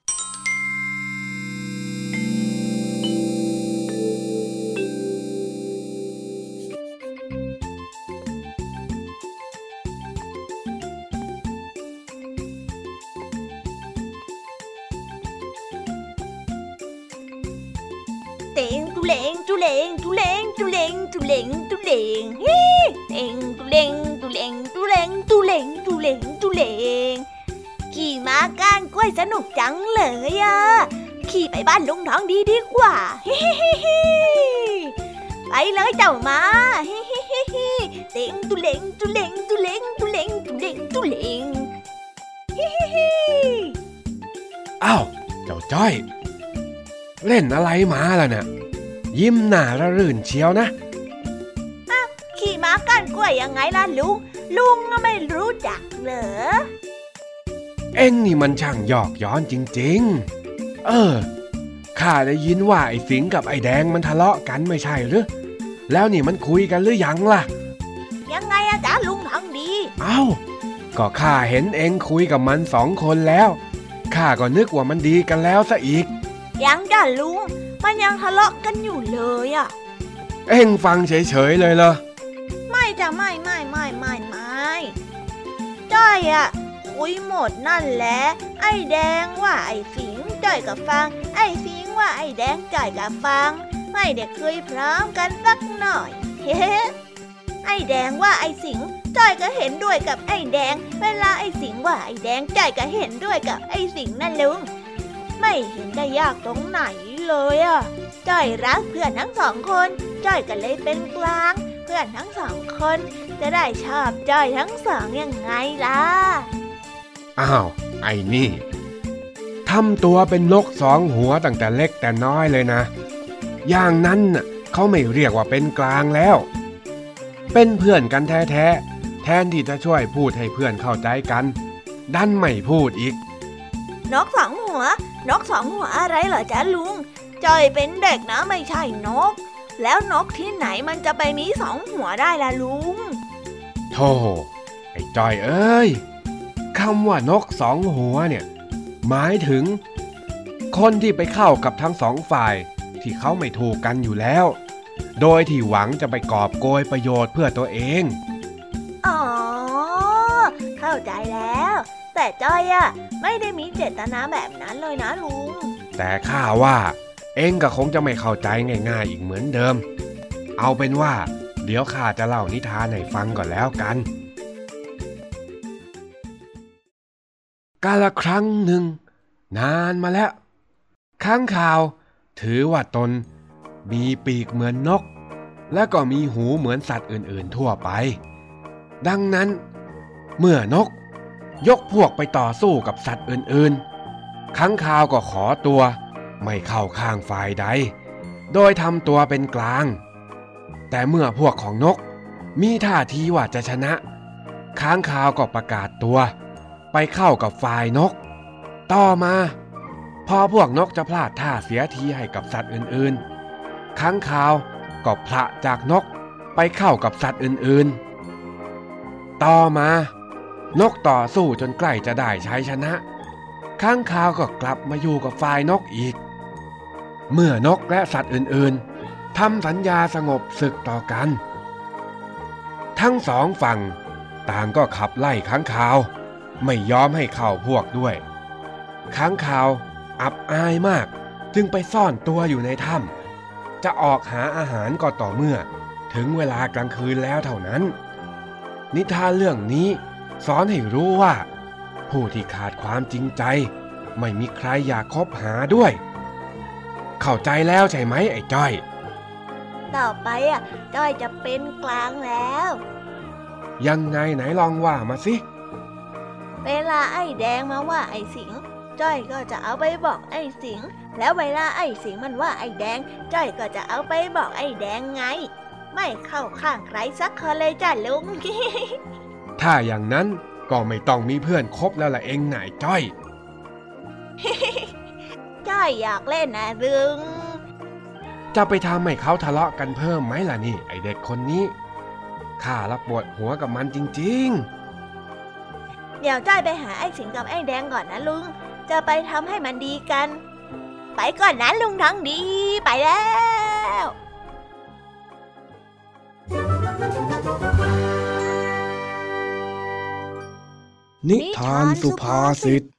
เต็งตุเลงตุเลงตุเลงตุเลงตุเลงตุเลงฮิเต็งตุเลงตุเลงตุเลงตุเลงตุเลงตุเลงขี่ม้าก้านกล้วยสนุกจังเลยอ่ะขี่ไปบ้านลุงทองดีดีกว่าฮิฮิฮิฮิไปเลยเจ้าม้าฮิฮิฮิฮิเต็งตุเลงตุเลงตุเลงตุเลงตุเลงตุเลงฮิฮิฮิอ้าวเจ้าจ้อยเล่นอะไรมาล่ะเนี่ยยิ้มหน้าระรื่นเชียวนะขี่ม้าก้านกล้วยยังไงล่ะลุงลุงไม่รู้จักเหรอเอ็งนี่มันช่างหยอกย้อนจริงๆเออข้าได้ยินว่าไอ้สิงกับไอ้แดงมันทะเลาะกันไม่ใช่หรือแล้วนี่มันคุยกันหรือยังล่ะยังไงอะจ๊ะลุงทองดีเอ้าก็ข้าเห็นเอ็งคุยกับมันสองคนแล้วข้าก็นึกว่ามันดีกันแล้วซะอีกยังจ้ะลุงมันยังทะเลาะกันอยู่เลยอะเอ็งฟังเฉยๆเลยเหรอไม่จ้ะไม่ไม่ไม่ไม่ไม่จ้อยอะคุยหมดนั่นแหละไอ้แดงว่าไอ้สิงจ้อยกับฟังไอ้สิงว่าไอ้แดงจ้อยกับฟังไม่ได้เคยพร้อมกันสักหน่อยเฮ้ไอ้แดงว่าไอ้สิงจ้อยก็เห็นด้วยกับไอ้แดงเวลาไอ้สิงว่าไอ้แดงจ้อยก็เห็นด้วยกับไอ้สิงนั่นลุงไม่เห็นได้ยากตรงไหนเลยอ่ะจ้อยรักเพื่อนทั้งสองคนจ้อยก็เลยเป็นกลางเพื่อนทั้งสองคนจะได้ชอบจ้อยทั้งสองยังไงล่ะอ้าวไอ้นี่ทำตัวเป็นนกสองหัวตั้งแต่เล็กแต่น้อยเลยนะอย่างนั้นน่ะเขาไม่เรียกว่าเป็นกลางแล้วเป็นเพื่อนกันแท้ๆแทนที่จะช่วยพูดให้เพื่อนเข้าใจกันดันไม่พูดอีกนกสองหัวนกสองหัวอะไรเหรอจ๊ะลุงจ้อยเป็นเด็กนะไม่ใช่นกแล้วนกที่ไหนมันจะไปมีสองหัวได้ล่ะลุงโธ่ไอ้จ้อยเอ้ยคำว่านกสองหัวเนี่ยหมายถึงคนที่ไปเข้ากับทั้งสองฝ่ายที่เขาไม่ถูกกันอยู่แล้วโดยที่หวังจะไปกอบโกยประโยชน์เพื่อตัวเองอ๋อเข้าใจแล้วแต่จ้อยอะไม่ได้มีเจตนาแบบนั้นเลยนะลุงแต่ข้าว่าเองก็คงจะไม่เข้าใจง่ายๆอีกเหมือนเดิมเอาเป็นว่าเดี๋ยวข้าจะเล่านิทานให้ฟังก่อนแล้วกันกาลครั้งหนึ่งนานมาแล้วค้างคาวถือว่าตนมีปีกเหมือนนกและก็มีหูเหมือนสัตว์อื่นๆทั่วไปดังนั้นเมื่อนกยกพวกไปต่อสู้กับสัตว์อื่นๆค้างคาวก็ขอตัวไม่เข้าข้างฝ่ายใดโดยทำตัวเป็นกลางแต่เมื่อพวกของนกมีท่าทีว่าจะชนะค้างคาวก็ประกาศตัวไปเข้ากับฝ่ายนกต่อมาพอพวกนกจะพลาดท่าเสียทีให้กับสัตว์อื่นๆค้างคาวก็พละจากนกไปเข้ากับสัตว์อื่นๆต่อมานกต่อสู้จนใกล้จะได้ชัยชนะค้างคาวก็กลับมาอยู่กับฝ่ายนกอีกเมื่อนกและสัตว์อื่นๆททำสัญญาสงบศึกต่อกันทั้งสองฝั่งต่างก็ขับไล่ค้างคาวไม่ยอมให้เข้าพวกด้วยค้างคาวอับอายมากจึงไปซ่อนตัวอยู่ในถ้ำจะออกหาอาหารก็ต่อเมื่อถึงเวลากลางคืนแล้วเท่านั้นนิทานเรื่องนี้สอนให้รู้ว่าผู้ที่ขาดความจริงใจไม่มีใครอยากคบหาด้วยเข้าใจแล้วใช่ไหมไอ้จ้อยต่อไปอ่ะจ้อยจะเป็นกลางแล้วยังไงไหนลองว่ามาสิเวลาไอ้แดงมาว่าไอ้สิงจ้อยก็จะเอาไปบอกไอ้สิงแล้วเวลาไอ้สิงมันว่าไอ้แดงจ้อยก็จะเอาไปบอกไอ้แดงไงไม่เข้าข้างใครสักคนเลยจ้ะลุงถ้าอย่างนั้นก็ไม่ต้องมีเพื่อนคบแล้วล่ะเองนายจ้อยจ้อยอยากเล่นนะลุงจะไปทำให้เขาทะเลาะกันเพิ่มไหมล่ะนี่ไอเด็กคนนี้ข้าละปวดหัวกับมันจริงๆเดี๋ยวจ้อยไปหาไอ้สิงกับไอ้แดงก่อนนะลุงจะไปทำให้มันดีกันไปก่อนนะลุงทั้งดีไปแล้วนิทานสุภาษิต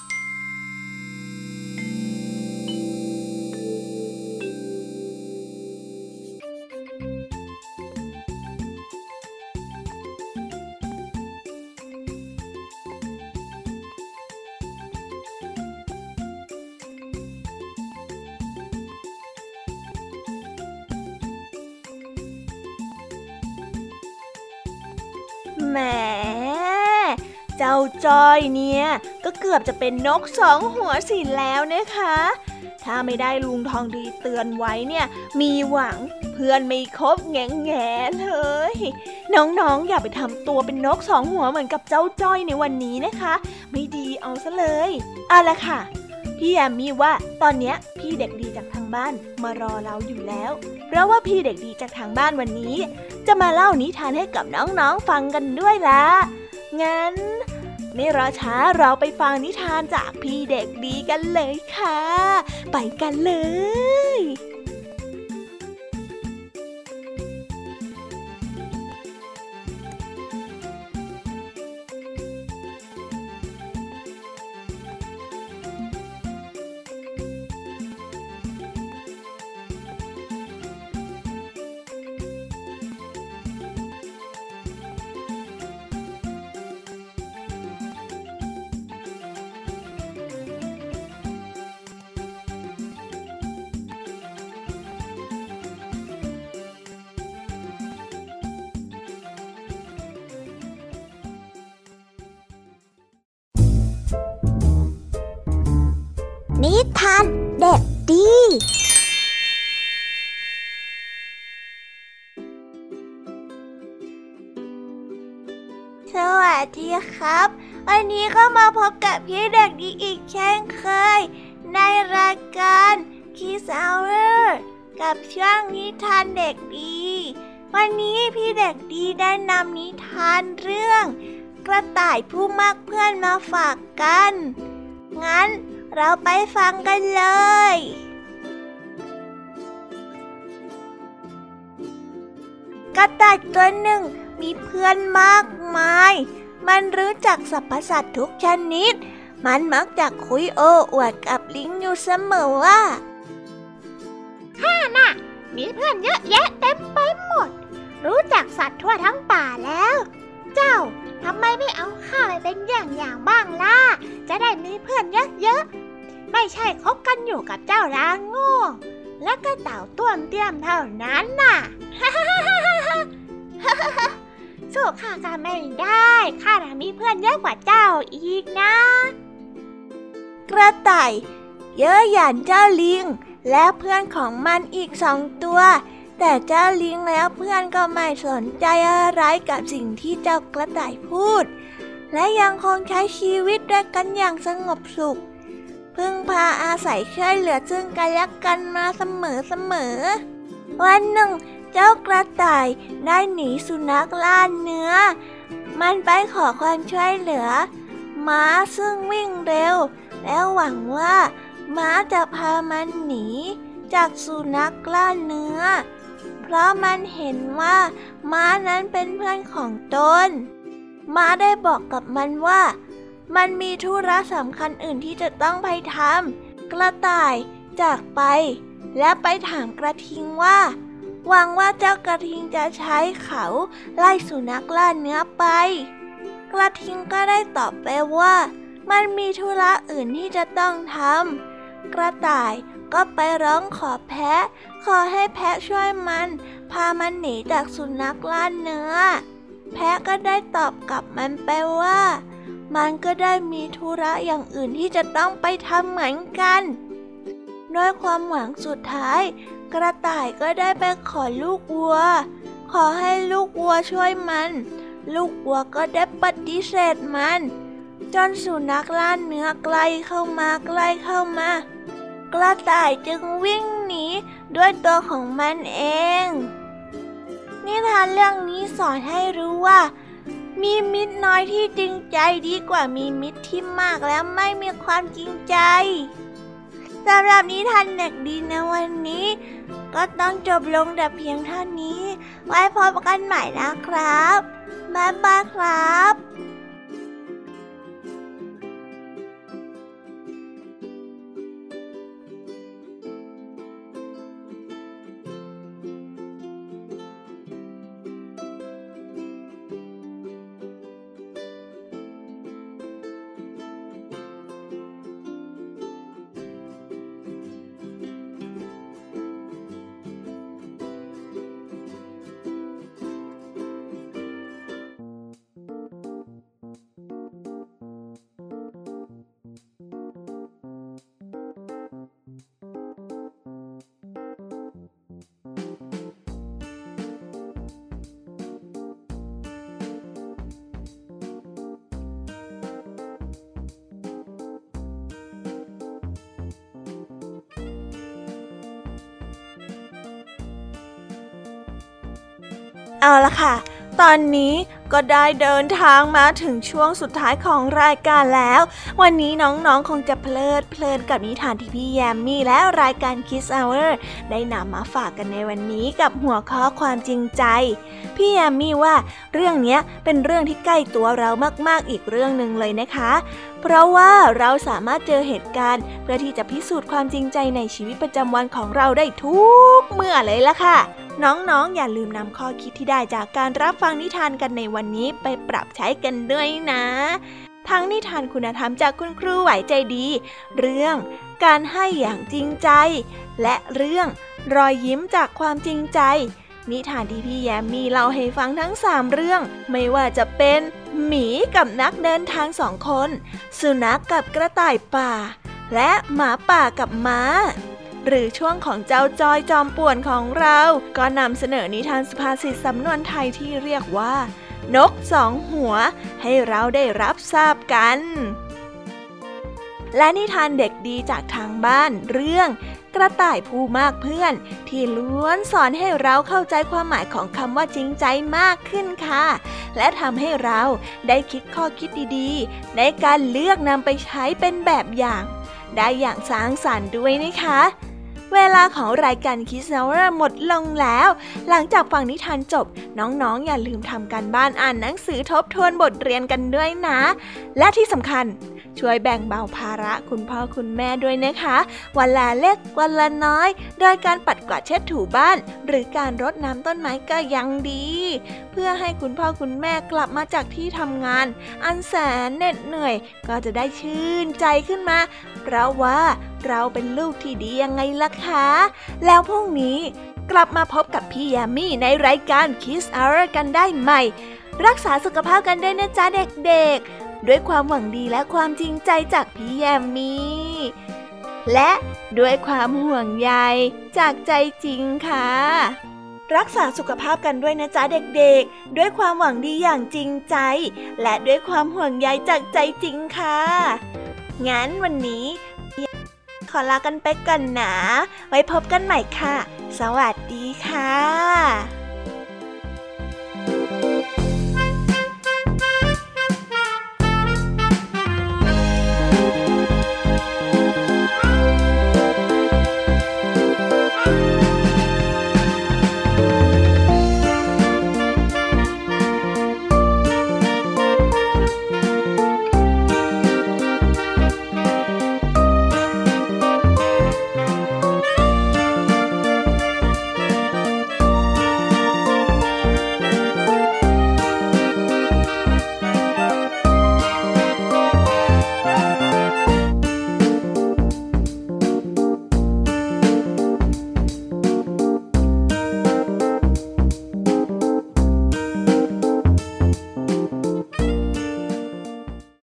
แหมเจ้าจ้อยเนี่ยก็เกือบจะเป็นนกสองหัวสิแล้วนะคะถ้าไม่ได้ลุงทองดีเตือนไว้เนี่ยมีหวังเพื่อนไม่คบแง่แง่เลยน้องๆอย่าไปทำตัวเป็นนกสองหัวเหมือนกับเจ้าจ้อยในวันนี้นะคะไม่ดีเอาซะเลยเอาละค่ะพี่แอมมี่ว่าตอนเนี้ยพี่เด็กดีจากทางบ้านมารอเราอยู่แล้วเพราะว่าพี่เด็กดีจากทางบ้านวันนี้จะมาเล่านิทานให้กับน้องๆฟังกันด้วยล่ะงั้นไม่รอช้าเราไปฟังนิทานจากพี่เด็กดีกันเลยค่ะไปกันเลยนิทานเด็กดีสวัสดีครับวันนี้ก็มาพบกับพี่เด็กดีอีกเช่นเคยในรายการ Kids Hour กับช่วงนิทานเด็กดีวันนี้พี่เด็กดีได้นำนิทานเรื่องกระต่ายผู้มากเพื่อนมาฝากกันงั้นเราไปฟังกันเลยกระต่ายตัวหนึ่งมีเพื่อนมากมายมันรู้จักสรรพสัตว์ทุกชนิดมันมักจะคุยโอ้อวดกับลิงอยู่เสมอว่าข้าน่ะมีเพื่อนเยอะแยะเต็มไปหมดรู้จักสัตว์ทั่วทั้งป่าแล้วเจ้าทำไมไม่เอาข้าไปเป็นอย่างอย่างบ้างล่ะจะได้มีเพื่อนเยอะๆไม่ใช่คบกันอยู่กับเจ้าร้างโง่และก็เต่าต้วมเตี้ยมเท่านั้นน่ะ สู้ข้าก็ไม่ได้ข้ามีเพื่อนเยอะกว่าเจ้าอีกนะกระต่ายเย้ยหยันเจ้าลิงและเพื่อนของมันอีกสองตัวแต่เจ้าลิงแล้วเพื่อนก็ไม่สนใจอะไรกับสิ่งที่เจ้ากระต่ายพูดและยังคงใช้ชีวิตด้วยกันอย่างสงบสุขพึ่งพาอาศัยช่วยเหลือซึ่งกันและกันมาเสมอๆวันหนึ่งเจ้ากระต่ายได้หนีสุนัขล่าเนื้อมันไปขอความช่วยเหลือม้าซึ่งวิ่งเร็วแล้วหวังว่าม้าจะพามันหนีจากสุนัขกล้าเนื้อเพราะมันเห็นว่าม้านั้นเป็นเพื่อนของตนม้าได้บอกกับมันว่ามันมีธุระสำคัญอื่นที่จะต้องไปทำกระต่ายจากไปและไปถามกระทิงว่าหวังว่าเจ้ากระทิงจะใช้เขาไล่สุนัขล่าเนื้อไปกระทิงก็ได้ตอบไปว่ามันมีธุระอื่นที่จะต้องทำกระต่ายก็ไปร้องขอแพะขอให้แพะช่วยมันพามันหนีจากสุนัขล่าเนื้อแพะก็ได้ตอบกลับมันไปว่ามันก็ได้มีธุระอย่างอื่นที่จะต้องไปทำเหมือนกันด้วยความหวังสุดท้ายกระต่ายก็ได้ไปขอลูกวัวขอให้ลูกวัวช่วยมันลูกวัวก็ได้ปฏิเสธมันจนสุนัขล่าเนื้อใกล้เข้ามาใกล้เข้ามากระต่ายจึงวิ่งหนีด้วยตัวของมันเองนิทานเรื่องนี้สอนให้รู้ว่ามีมิตรน้อยที่จริงใจดีกว่ามีมิตรที่มากแล้วไม่มีความจริงใจสำหรับนิทานเด็กดีในวันนี้ก็ต้องจบลงแต่เพียงเท่านี้ไว้พบกันใหม่นะครับบ๊ายบายครับ เอาละค่ะตอนนี้ก็ได้เดินทางมาถึงช่วงสุดท้ายของรายการแล้ววันนี้น้องๆคงจะเพลิดเพลินกับนิทานที่พี่แยมมี่และรายการ Kids Hour ได้นำมาฝากกันในวันนี้กับหัวข้อความจริงใจพี่แยมมี่ว่าเรื่องนี้เป็นเรื่องที่ใกล้ตัวเรามากๆอีกเรื่องหนึ่งเลยนะคะเพราะว่าเราสามารถเจอเหตุการณ์เพื่อที่จะพิสูจน์ความจริงใจในชีวิตประจำวันของเราได้ทุกเมื่อเลยล่ะค่ะน้องๆอย่าลืมนำข้อคิดที่ได้จากการรับฟังนิทานกันในวันนี้ไปปรับใช้กันด้วยนะทั้งนิทานคุณธรรมจากคุณครูไหวใจดีเรื่องการให้อย่างจริงใจและเรื่องรอยยิ้มจากความจริงใจนิทานที่พี่แยมมีเล่าให้ฟังทั้งสามเรื่องไม่ว่าจะเป็นหมีกับนักเดินทางสองคนสุนัข กับกระต่ายป่าและหมาป่ากับม้าหรือช่วงของเจ้าจอยจอมป่วนของเราก็นำเสนอนิทานสุภาษิตสำนวนไทยที่เรียกว่านกสองหัวให้เราได้รับทราบกันและนิทานเด็กดีจากทางบ้านเรื่องกระต่ายผู้มากเพื่อนที่ล้วนสอนให้เราเข้าใจความหมายของคำว่าจริงใจมากขึ้นค่ะและทำให้เราได้คิดข้อคิดดีๆในการเลือกนำไปใช้เป็นแบบอย่างได้อย่างสร้างสรรค์ด้วยนะคะเวลาของรายการ Kids Hour หมดลงแล้วหลังจากฟังนิทานจบน้องๆอย่าลืมทำการบ้านอ่านหนังสือทบทวนบทเรียนกันด้วยนะและที่สำคัญช่วยแบ่งเบาภาระคุณพ่อคุณแม่ด้วยนะคะวันละเล็กวันละน้อยโดยการปัดกวาดเช็ดถูบ้านหรือการรดน้ำต้นไม้ก็ยังดีเพื่อให้คุณพ่อคุณแม่กลับมาจากที่ทำงานอันแสนเหน็ดเหนื่อยก็จะได้ชื่นใจขึ้นมาเพราะว่าเราเป็นลูกที่ดียังไงล่ะคะแล้วพรุ่งนี้กลับมาพบกับพี่ยามีในรายการ Kids Hour กันได้ใหม่รักษาสุขภาพกันด้วยนะจ๊ะเด็กๆด้วยความหวังดีและความจริงใจจากพี่ยามีและด้วยความห่วงใยจากใจจริงค่ะรักษาสุขภาพกันด้วยนะจ๊ะเด็กๆด้วยความหวังดีอย่างจริงใจและด้วยความห่วงใยจากใจจริงค่ะงั้นวันนี้ขอลากันไปก่อนนะไว้พบกันใหม่ค่ะสวัสดีค่ะ